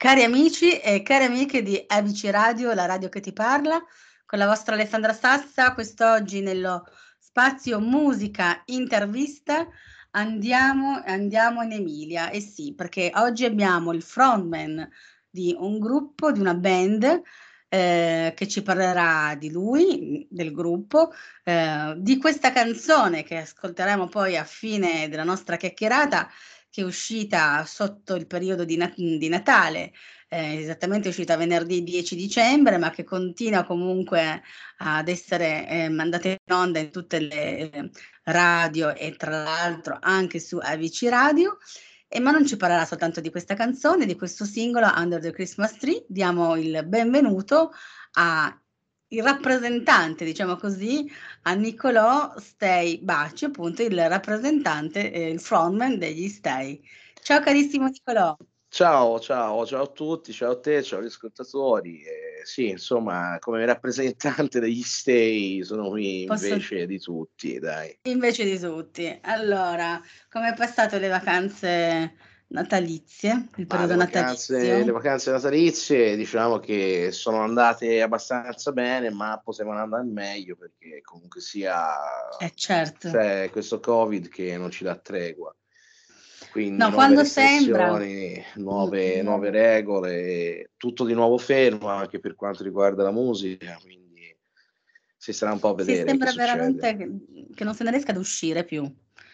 Cari amici e cari amiche di ABC Radio, la radio che ti parla, con la vostra Alessandra Sassa, quest'oggi nello spazio musica intervista andiamo in Emilia. E sì, perché oggi abbiamo il frontman di un gruppo, di una band, che ci parlerà di lui, del gruppo, di questa canzone che ascolteremo poi a fine della nostra chiacchierata, che è uscita sotto il periodo di Natale, esattamente è uscita venerdì 10 dicembre, ma che continua comunque ad essere mandata in onda in tutte le radio e tra l'altro anche su ABC Radio. Ma non ci parlerà soltanto di questa canzone, di questo singolo Under the Christmas Tree. Diamo il benvenuto a il rappresentante, diciamo così, a Niccolò Stay Bacci, appunto il rappresentante, il frontman degli Stay. Ciao carissimo Niccolò. Ciao a tutti, ciao a te, ciao agli ascoltatori. Sì, insomma, come rappresentante degli Stay sono qui Posso invece di tutti, dai. invece di tutti. Allora, come è passato le vacanze natalizie, il Ma periodo le natalizio? vacanze natalizie diciamo che sono andate abbastanza bene, ma potevano andare meglio perché comunque sia Certo. c'è questo Covid che non ci dà tregua. Quindi No, nuove quando sembra restrizioni, di nuove regole, tutto di nuovo fermo anche per quanto riguarda la musica, quindi si starà un po' a sì, vedere che sembra succede. veramente che non se ne riesca ad uscire più.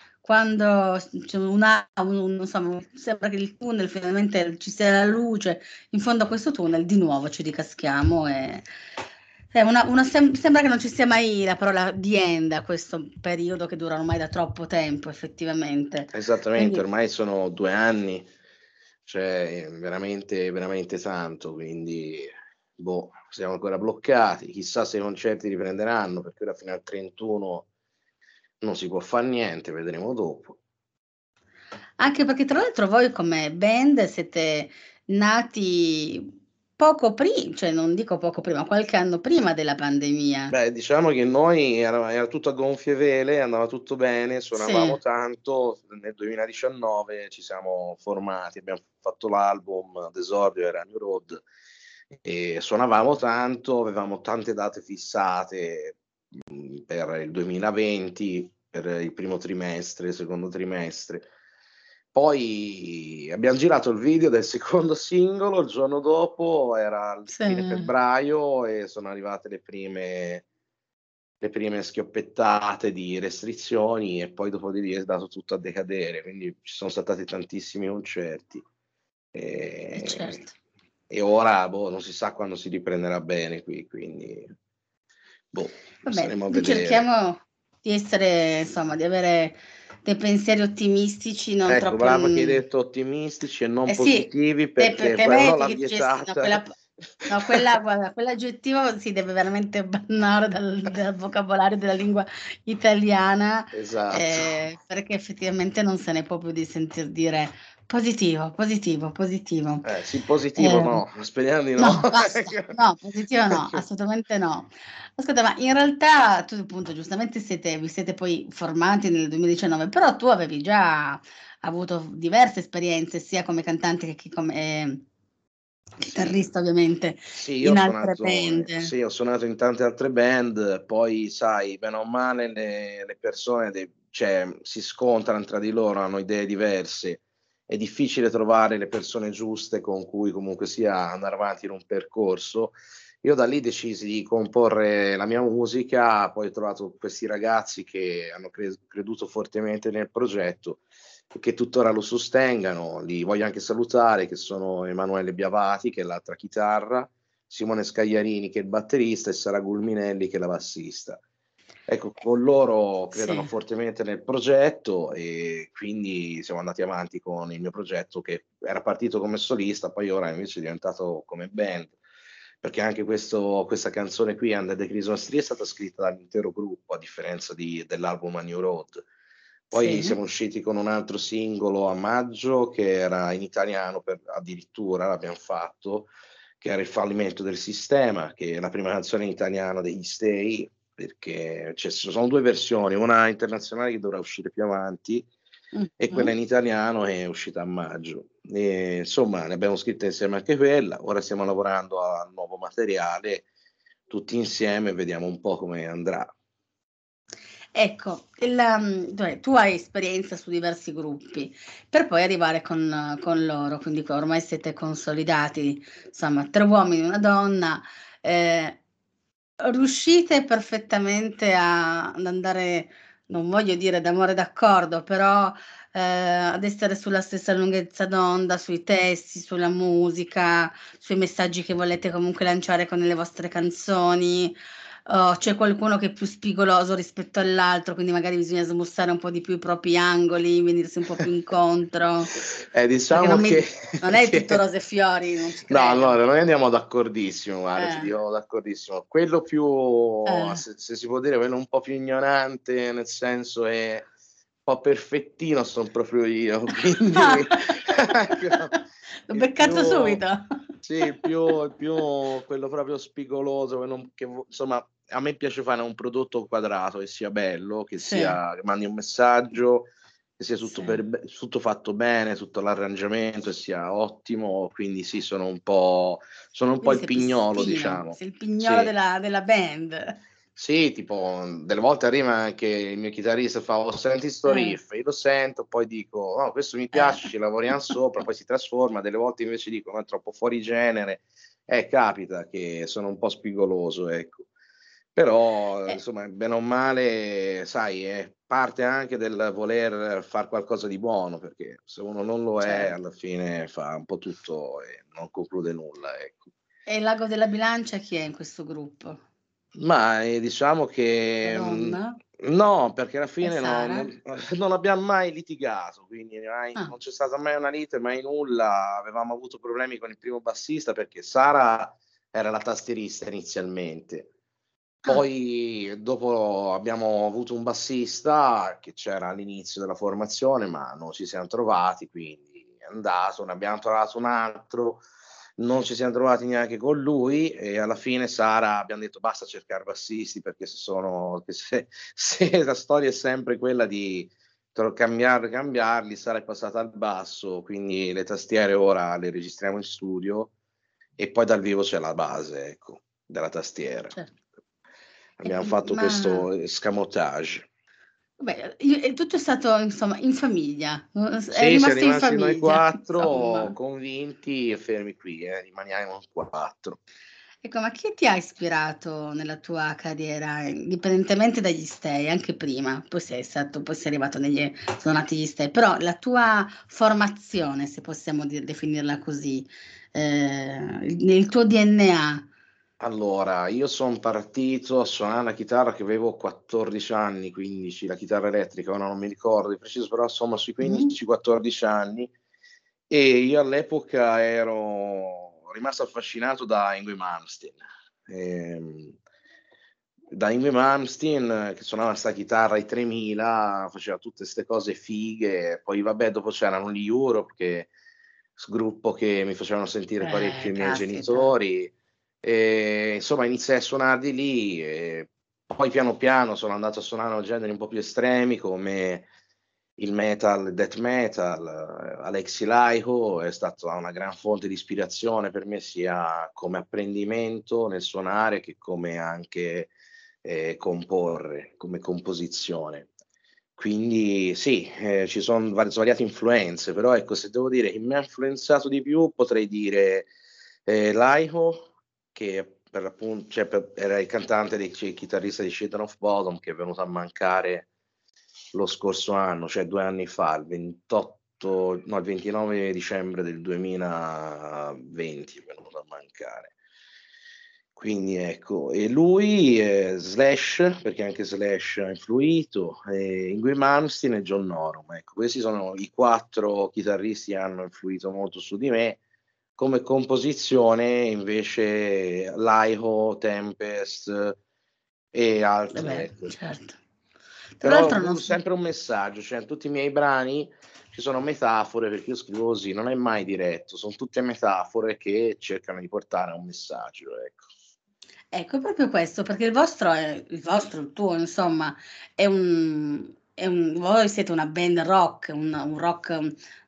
Quando c'è una insomma, sembra che il tunnel finalmente ci sia la luce, in fondo a questo tunnel di nuovo ci ricaschiamo e è sembra che non ci sia mai la parola the end a questo periodo che dura ormai da troppo tempo effettivamente. Esattamente, Quindi ormai sono 2 anni, cioè veramente, veramente tanto, quindi boh, siamo ancora bloccati. Chissà se i concerti riprenderanno, perché ora fino al 31 non si può far niente, vedremo dopo. anche perché tra l'altro voi come band siete nati cioè non dico poco prima, qualche anno prima della pandemia. Beh, diciamo che noi era tutto a gonfie vele, andava tutto bene, Sì, suonavamo tanto. Nel 2019 ci siamo formati, abbiamo fatto l'album d'esordio, era New Road, e suonavamo tanto, avevamo tante date fissate, per il 2020, per il primo trimestre, secondo trimestre. Poi abbiam girato il video del secondo singolo, il giorno dopo era il sì. fine febbraio e sono arrivate le prime schioppettate di restrizioni e poi dopo di lì è andato tutto a decadere, quindi ci sono stati tantissimi concerti. Certo. E ora, boh, non si sa quando si riprenderà bene qui, quindi boh, Vabbè, staremo a noi vedere. cerchiamo di essere insomma, di avere dei pensieri ottimistici, non Ecco, troppo brava che hai detto ottimistici e non eh sì, positivi, perché perché quella l'ha vedi che no, vietata. no, guarda, quell'aggettivo si deve veramente bannare dal vocabolario della lingua italiana, Esatto. perché effettivamente non se ne può più di sentir dire positivo, positivo, positivo. Sì, positivo Eh, no, speriamo di no. no, basta, no, positivo no, assolutamente no. Ascolta, ma in realtà tu appunto giustamente vi siete poi formati nel 2019, però tu avevi già avuto diverse esperienze sia come cantante che come Sì, chitarrista ovviamente sì, in altre band. ho suonato in tante altre band, poi sai, bene o male le persone cioè, si scontrano tra di loro, hanno idee diverse. È difficile trovare le persone giuste con cui comunque sia andare avanti in un percorso. Io da lì decisi di comporre la mia musica, poi ho trovato questi ragazzi che hanno creduto fortemente nel progetto e che tuttora lo sostengano. Li voglio anche salutare, che sono Emanuele Biavati, che è l'altra chitarra, Simone Scagliarini, che è il batterista, e Sara Gulminelli, che è la bassista. Ecco, con loro credono Sì. fortemente nel progetto e quindi siamo andati avanti con il mio progetto, che era partito come solista, poi ora invece è diventato come band, perché anche questa canzone qui, Under the Christmas Tree, è stata scritta dall'intero gruppo, a differenza dell'album A New Road. Poi Sì, siamo usciti con un altro singolo a maggio che era in italiano, addirittura l'abbiamo fatto, che era Il fallimento del sistema, che è la prima canzone in italiano degli Stay, perché ci sono due versioni, una internazionale che dovrà uscire più avanti e quella Mh-mh. in italiano è uscita a maggio. Insomma, ne abbiamo scritte insieme anche quella, ora stiamo lavorando al nuovo materiale tutti insieme, vediamo un po' come andrà. Ecco, cioè tu hai esperienza su diversi gruppi, per poi arrivare con loro, quindi che ormai siete consolidati, insomma 3 uomini e una donna, ehm, riuscite perfettamente ad andare, non voglio dire d'amore d'accordo, però, ad essere sulla stessa lunghezza d'onda, sui testi, sulla musica, sui messaggi che volete comunque lanciare con le vostre canzoni, o c'è qualcuno che è più spigoloso rispetto all'altro, quindi magari bisogna smussare un po' di più i propri angoli, venirsi un po' più incontro? Perché Diciamo che non è tutto che rose e fiori, non ci no, credo. allora noi andiamo d'accordissimo, guarda, ti Eh, dico d'accordissimo. Quello più, eh. se si può dire, quello un po' più ignorante, nel senso è un po' perfettino son proprio io, quindi L'ho il beccato più subito. sì, il più quello proprio spigoloso, quello che insomma, a me piace fare un prodotto quadrato, che sia bello, Sì, che mandi un messaggio, che sia tutto sì. tutto fatto bene, tutto l'arrangiamento e sia ottimo, quindi sì, sono un po' Quindi il sei più pignolo, spino, diciamo. sei il pignolo Sì. della band. Sì, tipo, delle volte arriva anche il mio chitarrista e fa: "Oh, senti 'sto Eh, riff", io lo sento, poi dico: "Oh, questo mi eh. piace, ci lavoriam sopra", poi si trasforma, delle volte invece dico: "No, è troppo fuori genere". Capita che sono un po' spigoloso, ecco. Però, Eh, insomma, bene o male, sai, è parte anche del voler far qualcosa di buono, perché se uno non lo è, certo. alla fine fa un po' tutto e non conclude nulla, ecco. E il Lago della Bilancia chi è in questo gruppo? Ma, diciamo La che, donna? no, perché alla E fine Sara? non abbiam mai litigato, quindi mai Ah, non c'è stata mai una lite, mai nulla. Avevamo avuto problemi con il primo bassista perché Sara era la tastierista inizialmente. ah, Poi dopo abbiamo avuto un bassista che c'era all'inizio della formazione, ma non ci siam trovati, quindi è andato, ne abbiamo trovato un altro, non ci siam trovati neanche con lui e alla fine Sara abbiam detto: "Basta cercar bassisti perché se la storia è sempre quella di cambiarli, Sara è passata al basso, quindi le tastiere ora le registriamo in studio e poi dal vivo c'è la base, ecco, della tastiera." certo. E Abbiam quindi fatto ma questo escamotage. vabbè, i tutto è stato insomma in famiglia, è Sì, siam rimasto in rimasti noi famiglia, 4 insomma. convinti e fermi qui, rimaniamo in 4. Ecco, ma chi ti ha ispirato nella tua carriera, indipendentemente dagli Stay, anche prima, poi sei arrivato sono nati gli Stay, però la tua formazione, se possiamo definirla così, il tuo DNA, Allora, io son partito a suonare la chitarra che avevo 14 anni, 15, la chitarra elettrica, ora non mi ricordo di preciso, però insomma sui mh-mh, 15, 14 anni, e io all'epoca ero rimasto affascinato da Yngwie Malmsteen. Ehm, Da Yngwie Malmsteen che suonava 'sta chitarra ai 3000, faceva tutte 'ste cose fighe, poi vabbè dopo c'erano gli Europe gruppo che mi facevano sentire parecchio i miei caspita, genitori. Insomma iniziai a suonarli lì e poi piano piano sono andato a suonare generi un po' più estremi come il metal, il death metal. Alexi Laiho è stata una gran fonte di ispirazione per me, sia come apprendimento nel suonare che come anche, comporre, come composizione. Quindi sì, ci son svariate influenze, però ecco, se devo dire chi mi ha influenzato di più potrei dire, Laiho, che era il cantante il chitarrista di Children of Bodom, che è venuto a mancare lo scorso anno, cioè 2 anni fa, il 29 dicembre del 2020 è venuto a mancare. Quindi ecco, e lui, Slash, perché anche Slash ha influito, Yngwie Malmsteen e John Norum. Ecco, questi sono i 4 chitarristi che hanno influito molto su di me. Come composizione invece Laiho, Tempest e eh altri, beh, ecco. certo. Tra Però ho l'altro non avuto s sempre un messaggio, cioè in tutti i miei brani ci sono metafore, perché io scrivo così, non è mai diretto, son tutte metafore che cercano di portare a un messaggio, ecco. ecco, è proprio questo, perché il tuo insomma, è un voi siete una band rock, un rock,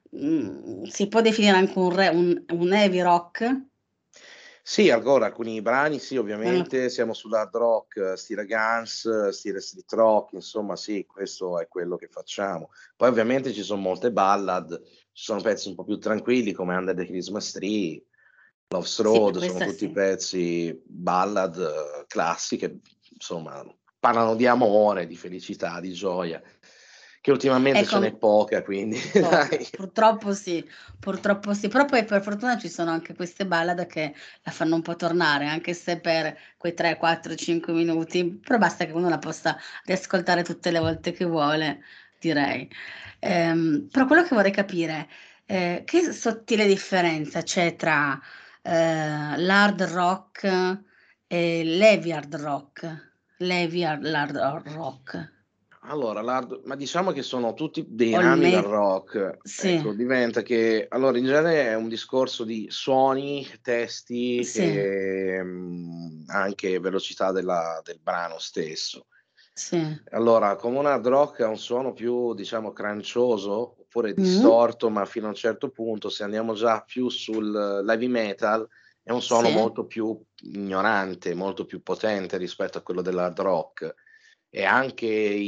si può definire anche un heavy rock? Sì, ancora alcuni brani sì, Mh, ovviamente siamo sull'hard rock, stile Guns, stile street rock, insomma sì, questo è quello che facciamo. Poi ovviamente ci son molte ballad, ci sono pezzi un po' più tranquilli come Under the Christmas Tree, Love's sì, Road, sono questa tutti sì. pezzi ballad classiche, insomma, parlano di amore, di felicità, di gioia, che ultimamente ce n'è Ecco, poca, quindi poca. dai. Purtroppo sì, però poi per fortuna ci sono anche queste ballad che la fanno un po' tornare, anche se per quei 3, 4, 5 minuti, però basta che uno la possa riascoltare tutte le volte che vuole, direi. Però quello che vorrei capire, che sottile differenza c'è tra, l'hard rock e l'heavy hard rock? L'hard rock Allora, ma diciamo che sono tutti dei o il rami me del rock. sì, Ecco, diventa che allora in genere è un discorso di suoni, testi sì, e, anche velocità del brano stesso. sì. Allora, come un hard rock ha un suono più, diciamo, crancioso, oppure Mh-mh. distorto, ma fino a un certo punto, se andiamo già più l'heavy metal, è un suono Sì, molto più ignorante, molto più potente rispetto a quello dell'hard rock. E anche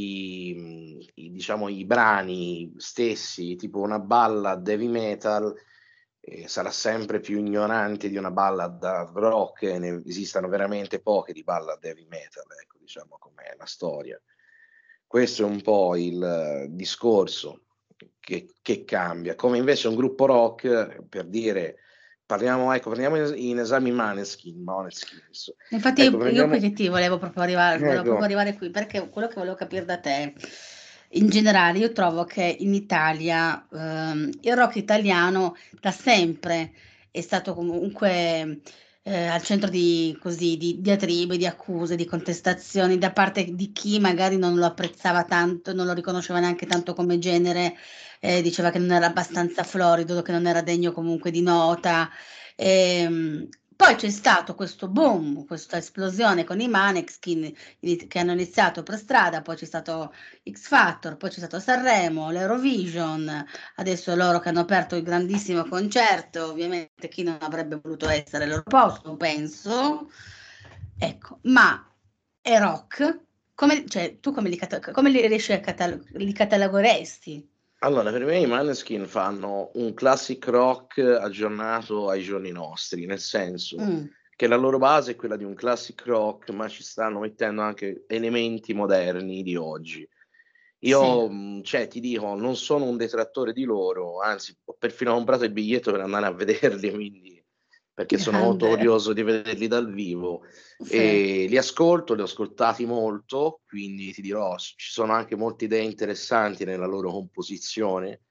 i diciamo i brani stessi, tipo una ballad heavy metal, sarà sempre più ignorante di una ballad hard rock, e ne esistono veramente poche di ballad heavy metal, ecco, diciamo com'è la storia. Questo è un po' il discorso che cambia. Come invece un gruppo rock, per dire, prendiamo in esame i Måneskin, infatti ecco io qui prendiamo che ti volevo proprio ecco. arrivare qui, perché quello che volevo capire da te, in generale io trovo che in Italia, il rock italiano da sempre è stato comunque, al centro di così, di diatribe, di accuse, di contestazioni da parte di chi magari non lo apprezzava tanto, non lo riconosceva neanche tanto come genere, diceva che non era abbastanza florido, che non era degno comunque di nota. Poi c'è stato questo boom, questa esplosione con i Maneskin che hanno iniziato per strada, poi c'è stato X Factor, poi c'è stato Sanremo, l'Eurovision, adesso loro che hanno aperto il grandissimo concerto, ovviamente chi non avrebbe voluto essere al loro posto, penso. Ecco, ma è rock? Come, cioè, tu come li riesci li catalogheresti? Allora, per me i Maneskin fanno un classic rock aggiornato ai giorni nostri, nel senso Mh, che la loro base è quella di un classic rock, ma ci stanno mettendo anche elementi moderni di oggi. sì, Io, cioè ti dico, non sono un detrattore di loro, anzi ho perfino comprato il biglietto per andare a vederli, quindi perché sono molto grande. curioso di vederli dal vivo. Sì, Li ascolto, li ho ascoltati molto, quindi ti dirò, ci sono anche molte idee interessanti nella loro composizione,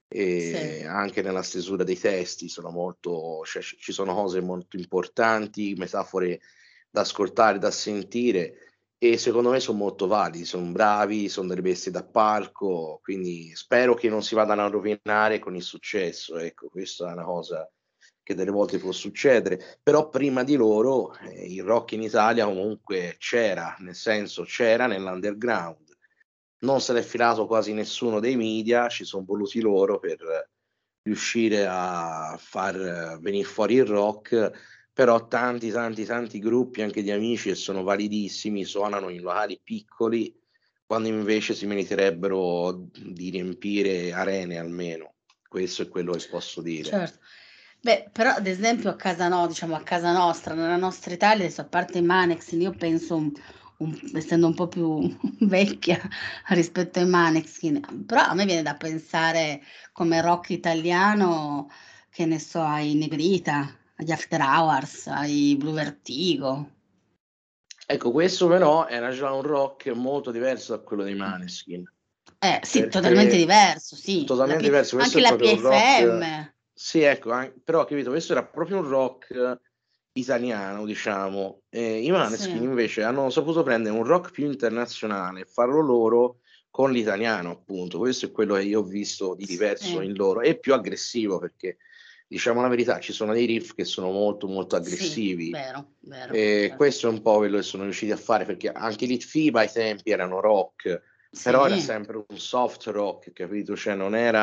sì, anche nella stesura dei testi sono molto, cioè ci sono cose molto importanti, metafore da ascoltare, da sentire, e secondo me son molto validi, son bravi, son delle bestie da palco, quindi spero che non si vadano a rovinare con il successo, ecco, questa è una cosa che delle volte può succedere. Però prima di loro, il rock in Italia comunque c'era, nel senso c'era nell'underground. Non se l'è filato quasi nessuno dei media, ci son voluti loro per riuscire a far venir fuori il rock, però tanti, tanti, tanti gruppi anche di amici che sono validissimi, suonano in locali piccoli, quando invece si meriterebbero di riempire arene almeno. Questo è quello che posso dire. certo. Beh, però ad esempio a casa no diciamo a casa nostra, nella nostra Italia, adesso a parte i Maneskin, io penso essendo un po' più vecchia rispetto ai Maneskin, però a me viene da pensare come rock italiano, che ne so, ai Negrita, agli After Hours, ai Blue Vertigo. Ecco, questo però era già un rock molto diverso da quello dei Maneskin, Sì, totalmente perché diverso, sì. totalmente diverso, questo Anche è la proprio un rock, PFM. sì, ecco, però capito, questo era proprio un rock italiano, diciamo. I Sì, Maneskin invece hanno saputo prendere un rock più internazionale e farlo loro con l'italiano, appunto. Questo è quello che io ho visto di diverso sì, in loro, e più aggressivo perché, diciamo la verità, ci sono dei riff che sono molto, molto sì, aggressivi. vero, vero, vero. Questo è un po' quello che sono riusciti a fare, perché anche i Litfiba ai tempi erano rock, però era Sì, sempre un soft rock, capito? Cioè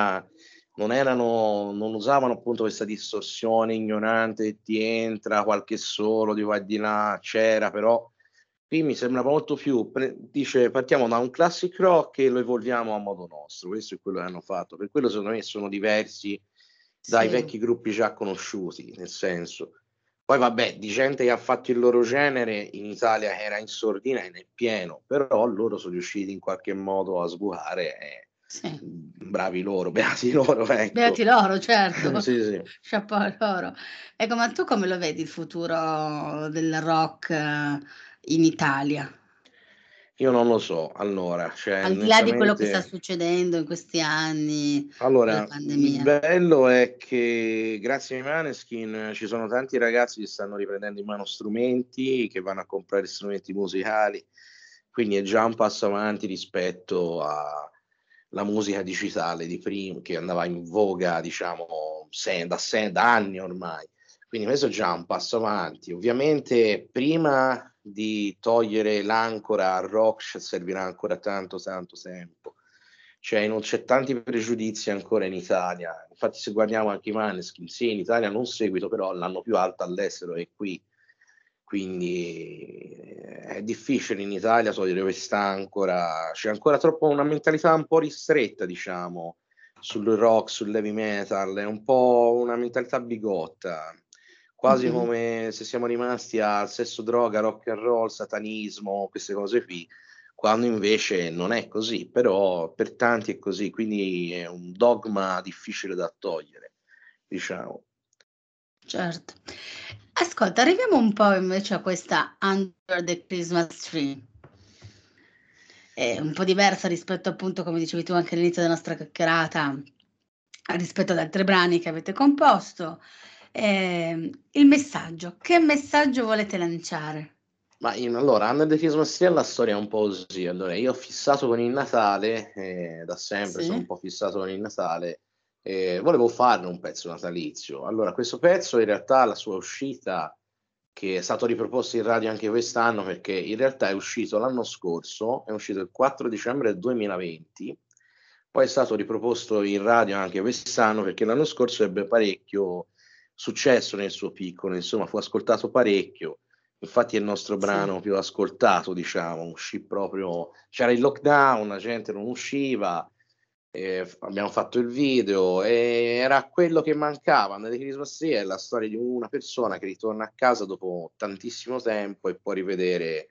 non usavano appunto questa distorsione ignorante che ti entra, qualche solo di qua e di là c'era, però qui mi sembra molto più dice: "Partiamo da un classic rock e lo evolviamo a modo nostro." Questo è quello che hanno fatto. Per quello secondo me sono diversi dai sì. vecchi gruppi già conosciuti, nel senso. Poi vabbè, di gente che ha fatto il loro genere in Italia era in sordina e nel pieno, però loro sono riusciti in qualche modo a sbucare e, Sì. bravi loro, beati loro, Beati ecco. loro, certo, Sì, sì. chapeau a loro. Ecco, ma tu come lo vedi il futuro del rock in Italia? Io non lo so, allora, cioè Al di là di quello che sta onestamente succedendo in questi anni con la allora, il pandemia. bello è che grazie ai Maneskin ci sono tanti ragazzi che stanno riprendendo in mano strumenti, che vanno a comprare strumenti musicali, quindi è già un passo avanti rispetto alla musica digitale di che andava in voga, diciamo, da anni ormai. Quindi questo è già un passo avanti. Ovviamente prima di togliere l'ancora al rock servirà ancora tanto, tanto tempo. Cioè non c'è tanti pregiudizi ancora in Italia. Infatti se guardiamo anche i Maneskin, sì, in Italia hanno un seguito, però l'hanno più alta all'estero e qui. Quindi è difficile in Italia togliere quest'ancora. C'è ancora troppo una mentalità un po' ristretta, diciamo, sul rock, sul heavy metal, è un po' una mentalità bigotta, quasi Mh-mh. come se siamo rimasti al sesso, droga, rock and roll, satanismo, queste cose qui, quando invece non è così, però per tanti è così, quindi è un dogma difficile da togliere, diciamo. Certo. Ascolta, arriviamo un po' invece a questa Under the Christmas Tree. È un po' diversa rispetto appunto, come dicevi tu anche all'inizio della nostra chiacchierata, rispetto ad altri brani che avete composto. Il messaggio, che messaggio volete lanciare? Ma in allora, Under the Christmas Tree la storia è un po' così. Allora, io ho fissato con il Natale, da sempre sono un Sì? po' fissato con il Natale, volevo farne un pezzo natalizio. Allora, questo pezzo in realtà la sua uscita, che è stato riproposto in radio anche quest'anno, perché in realtà è uscito l'anno scorso, è uscito il 4 dicembre del 2020, poi è stato riproposto in radio anche quest'anno perché l'anno scorso ebbe parecchio successo nel suo piccolo, insomma fu ascoltato parecchio. Infatti è il nostro Sì, brano più ascoltato, diciamo, uscì proprio c'era il lockdown, la gente non usciva, abbiamo fatto il video e era quello che mancava. Under the Christmas Tree è la storia di una persona che ritorna a casa dopo tantissimo tempo e può rivedere,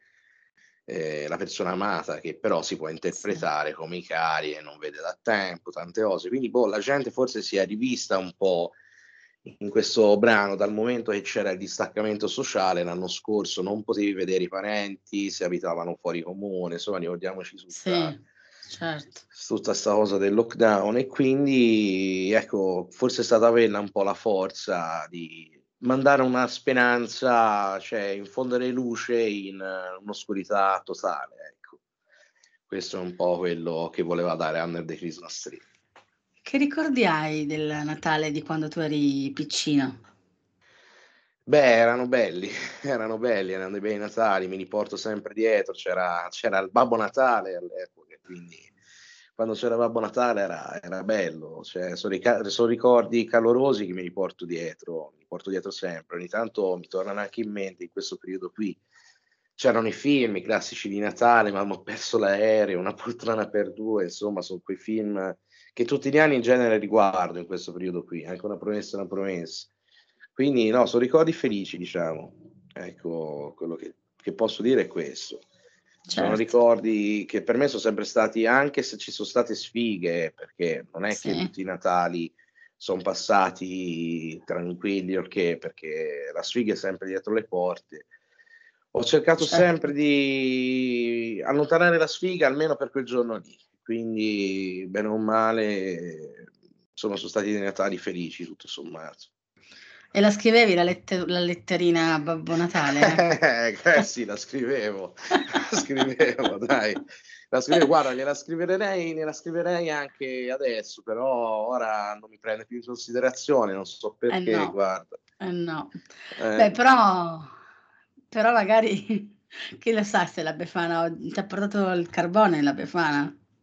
la persona amata, che però si può sì, interpretare come i cari e non vede da tempo, tante cose. Quindi, boh, la gente forse si è rivista un po' in questo brano, dal momento che c'era il distaccamento sociale l'anno scorso, non potevi vedere i parenti se abitavano fuori comune, insomma ricordiamoci sì, certo. tutta 'sta cosa del lockdown e quindi ecco, forse è stata quella un po' la forza di mandare una speranza, cioè infondere luce in un'oscurità totale, ecco. Questo è un po' quello che voleva dare Under the Christmas Tree. Che ricordi hai del Natale di quando tu eri piccino? Beh, erano belli, erano dei bei Natali, me li porto sempre dietro, c'era il Babbo Natale all'epoca, quindi quando c'era Babbo Natale era bello, cioè son ricordi calorosi che mi porto dietro sempre. Ogni tanto mi tornano anche in mente in questo periodo qui. C'erano i film, i classici di Natale, "Mamma ho perso l'aereo", "Una poltrona per 2", insomma son quei film che tutti gli anni in genere riguardo in questo periodo qui, anche "Una promessa è una promessa". Quindi no, son ricordi felici diciamo. Ecco, quello che posso dire è questo. Sono Certo, ricordi che per me son sempre stati, anche se ci son state sfighe, perché non è che sì, tutti i Natali son passati tranquilli perché la sfiga è sempre dietro le porte. Ho cercato certo. sempre di allontanare la sfiga almeno per quel giorno lì, quindi bene o male, insomma son stati dei Natali felici tutto sommato. E la scrivevi la letterina a Babbo Natale? Sì, la scrivevo, la scrivevo dai. La scrivevo guarda gliela scriverei anche adesso, però ora non mi prende più in considerazione, non so Eh perché no, guarda. eh no. Beh, Eh. però magari chi lo sa se la Befana o t'ha portato il carbone la Befana?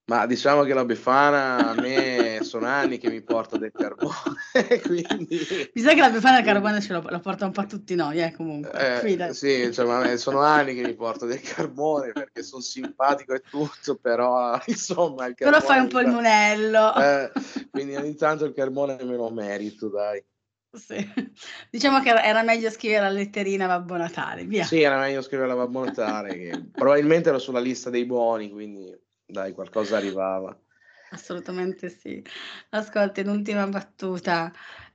Ma diciamo che la Befana a me sono anni che mi porta del carbone, quindi Mi sa che la Befana al quindi carbone lo porta un po' tutti noi, comunque. Fidati. sì, cioè, ma sono anni che mi porto del carbone perché son simpatico e tutto, però insomma il Però fai carbone un po' il monello. quindi ogni tanto il carbone me lo merito, dai. Sì. Diciamo che era meglio scrivere la letterina Babbo Natale, via. Sì, era meglio scrivere la Babbo Natale che probabilmente ero sulla lista dei buoni, quindi dai, qualcosa arrivava. Assolutamente sì. Ascolta, in ultima battuta,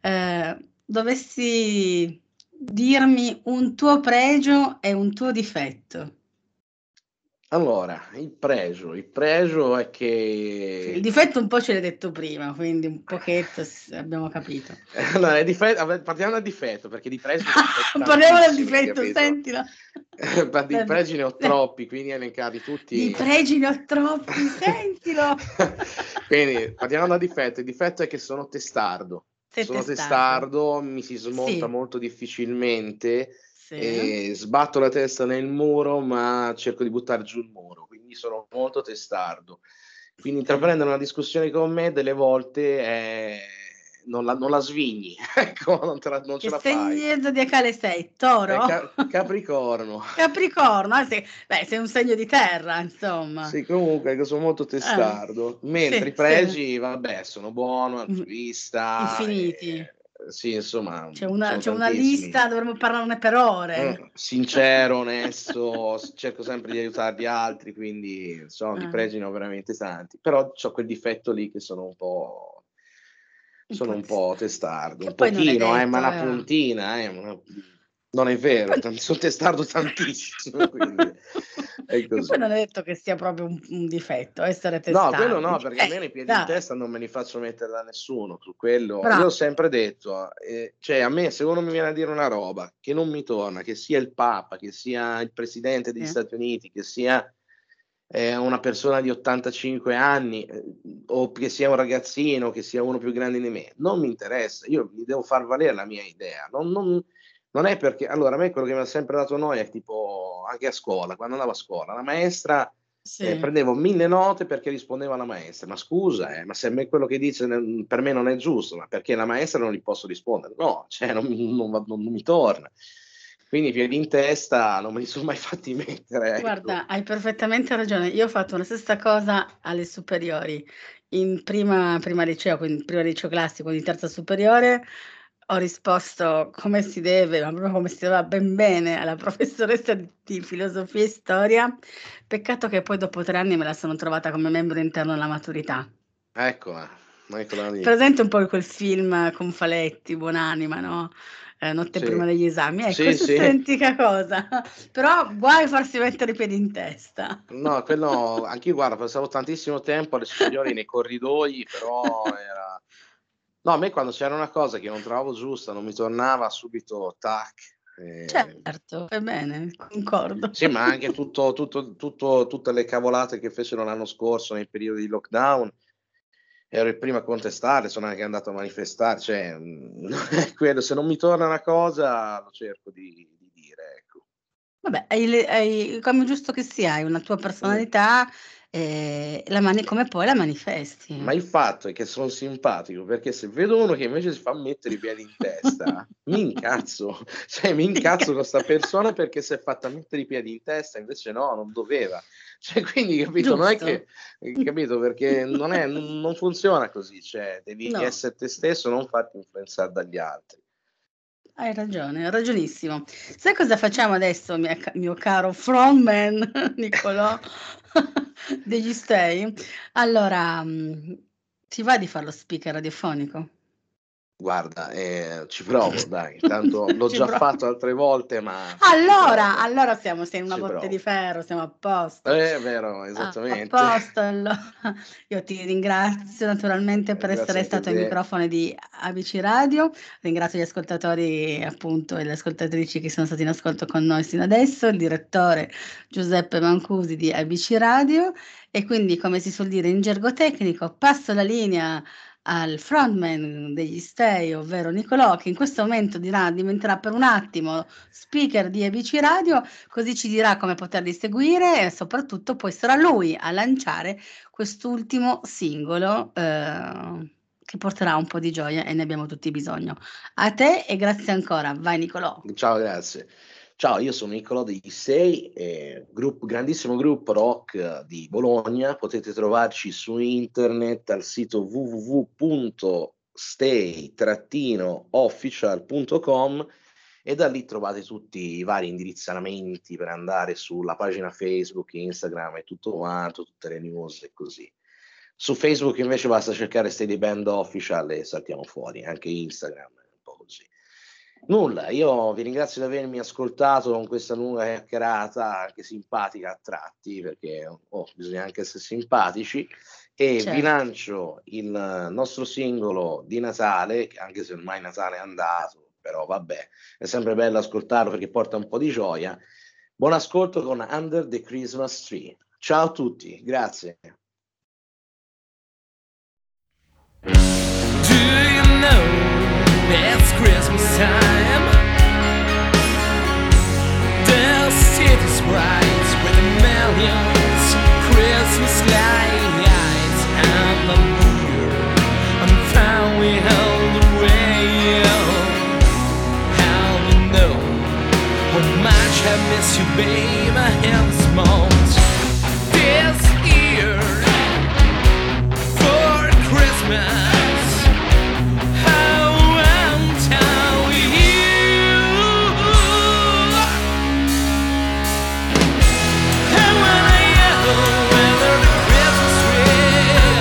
dovessi dirmi un tuo pregio e un tuo difetto. Allora, il pregio è Sì, il che difetto un po' ce l'hai detto prima, quindi un pochetto abbiamo capito. allora partiamo dal difetto, perché di pregi ne ho Parliamo del tantissimi, difetto, capito? sentilo. Ma di Dai, pregi ne ho troppi, quindi elencarli di tutti pregi ne ho troppi, sentilo. quindi partiamo dal difetto. Il difetto è che sono testardo. Sei Sono testardo. testardo, mi si smonta Sì, molto difficilmente sì. e sbatto la testa nel muro, ma cerco di buttar giù il muro, quindi sono molto testardo. Quindi Okay. intraprendere una discussione con me delle volte, non la svigli, ecco, non ce Che la fai. segno zodiacale sei? È Toro? Capricorno. Capricorno, sei un segno di terra insomma. Sì, comunque che sono molto Eh, testardo, mentre sì, i sì. pregi, vabbè, sono buono, Mh, altruista, infiniti. sì, insomma, C'è sono una tantissimi. lista, dovremmo parlarne per ore. Sincero, onesto, cerco sempre di aiutare gli altri, quindi insomma di Eh, pregi ne ho veramente tanti, però c'ho quel difetto lì che un sono po' un po' testa testardo, che un poi non è pochino, ma detto, una puntina, non è vero, poi son testardo tantissimo, quindi è che poi così. non è detto che sia proprio un difetto essere No, quello testardi. no, perché almeno i Dipende, piedi in dai. testa non me li faccio mettere da nessuno, su quello io ho Bravo. sempre detto, cioè a me se uno mi viene a dire una roba che non mi torna, che sia il Papa, che sia il presidente degli Sì, Stati Uniti, che sia, una persona di 85 anni, o che sia un ragazzino, che sia uno più grande di me, non mi interessa, io mi devo far valere la mia idea. Non è perché allora a me quello che mi ha sempre dato noia è tipo anche a scuola, quando andavo a scuola, la maestra sì. prendevo 1000 note perché rispondeva alla maestra. Ma scusa, ma se a me quello che dice per me non è giusto, ma perché la maestra non gli posso rispondere? No, cioè non mi torna. Quindi i piedi in testa non me li son mai fatti mettere, ecco. Guarda, hai perfettamente ragione. Io ho fatto la stessa cosa alle superiori. In prima liceo, quindi prima liceo classico, quindi terza superiore, ho risposto come si deve, ma proprio come si doveva ben bene alla professoressa di filosofia e storia. Peccato che poi dopo 3 anni me la sono trovata come membro interno alla maturità. Eccola, eccola lì. Presente un po' quel film con Faletti, Buonanima, no, Notte Sì. prima degli esami. Ecco, Sì, stessa sì. identica cosa, però guai a farsi mettere i piedi in testa. No, quello anch'io guarda, passavo tantissimo tempo alle superiori nei corridoi, però era no, a me quando c'era una cosa che non trovavo giusta, non mi tornava subito tac, Certo, fai bene, concordo. sì, ma anche tutte le cavolate che fecero l'anno scorso nei periodi di lockdown, ero il primo a contestare, sono anche andato a manifestare, cioè, non è quello, se non mi torna una cosa lo cerco di dire, ecco. Vabbè, hai come giusto che sia, hai una tua Mh. personalità, la come puoi la manifesti. Ma il fatto è che son simpatico, perché se vedo uno che invece si fa mettere i piedi in testa, mi incazzo, cioè mi incazzo con 'sta persona perché s'è fatta mettere i piedi in testa, invece no, non doveva. Cioè quindi capito, non è Giusto. che capito, perché non funziona così, cioè devi No. essere te stesso, non farti influenzare dagli altri. Hai ragione, hai ragionissimo. Sai cosa facciamo adesso, mio caro frontman Niccolò degli Stay? Allora, ti va di far lo speaker radiofonico? Guarda, ci provo dai, tanto l'ho Ci già provo. fatto altre volte, ma ci provo, Allora sei in una ci botte di provo. ferro, siamo a posto. È vero, A esattamente. posto allora. Io ti ringrazio naturalmente per Grazie essere anche a stato ai te. microfoni di ABC Radio, ringrazio gli ascoltatori appunto e le ascoltatrici che sono stati in ascolto con noi sino adesso, il direttore Giuseppe Mancusi di ABC Radio e quindi come si suol dire in gergo tecnico, passo la linea al frontman degli Stay, ovvero Nicolò, che in questo momento diventerà per un attimo speaker di ABC Radio, così ci dirà come poterli seguire e soprattutto poi sarà lui a lanciare quest'ultimo singolo che porterà un po' di gioia e ne abbiamo tutti bisogno. A te e grazie ancora. Vai Nicolò. Ciao, grazie. Ciao, io sono Nicolò degli Stay, grandissimo gruppo rock di Bologna. Potete trovarci su internet al sito www.stay-official.com e da lì trovate tutti i vari indirizzamenti per andare sulla pagina Facebook, Instagram e tutto quanto, tutte le news e così. Su Facebook invece basta cercare Stay the Band Official e saltiamo fuori, anche Instagram è un po' così. Nulla, io vi ringrazio di avermi ascoltato con questa lunga chiacchierata, anche simpatica a tratti, perché bisogna anche essere simpatici, e Certo. vi lancio il nostro singolo di Natale, anche se ormai Natale è andato, però vabbè, è sempre bello ascoltarlo perché porta un po' di gioia. Buon ascolto con Under the Christmas Tree. Ciao a tutti, grazie. Do you know it's Christmas time? The city's bright with millions Christmas lights, and I'm here, I'm far behind the rail. How do you know how much I miss you, babe, in this moment? This year for Christmas, I won't tell you. And when I am under the Christmas tree,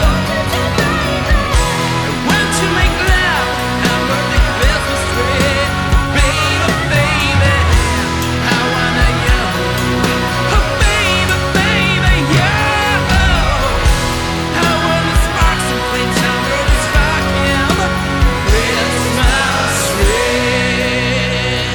I want to make love under the Christmas tree, baby, baby. I wanna yell, oh baby, baby, yeah. I wanna spark some flames under this fucking Christmas tree.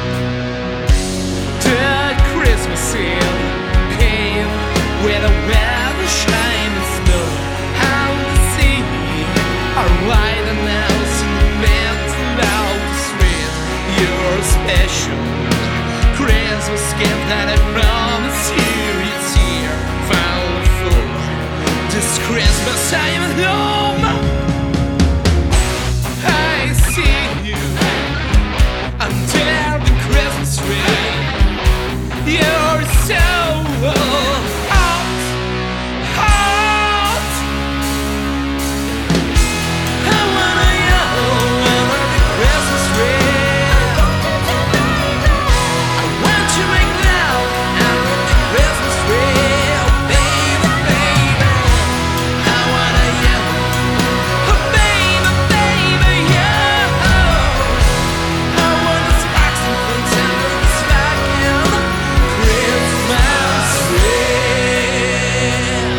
The Christmas Eve came with a weather shining snow. How the sea are white and out in the middle of the street. Your special Christmas gift that I promised you, it's here, finally full. This Christmas I am at home. I see you under the Christmas tree. You're so hot, hot. I wanna yell under the Christmas tree. I want to make love under the Christmas tree, oh baby, baby. I wanna yell, oh baby, baby, yeah. I wanna spark some flames under this fucking Christmas tree.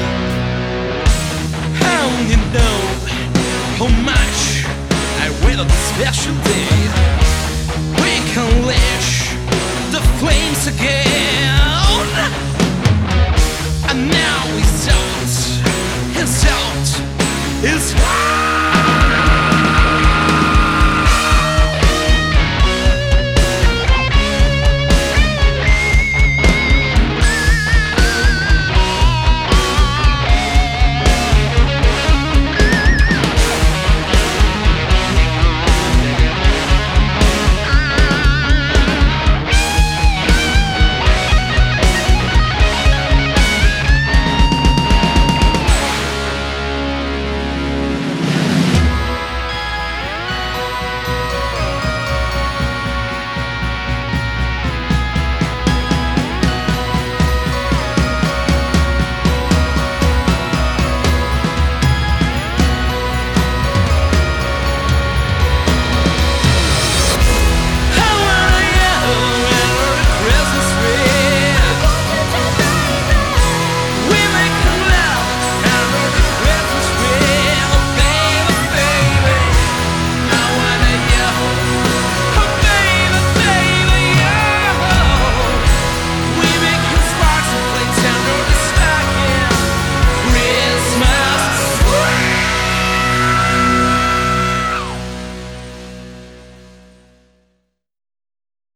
How do you know how much I wait on this special day? We can lash the flames again. And now it's out, it's out, it's hot.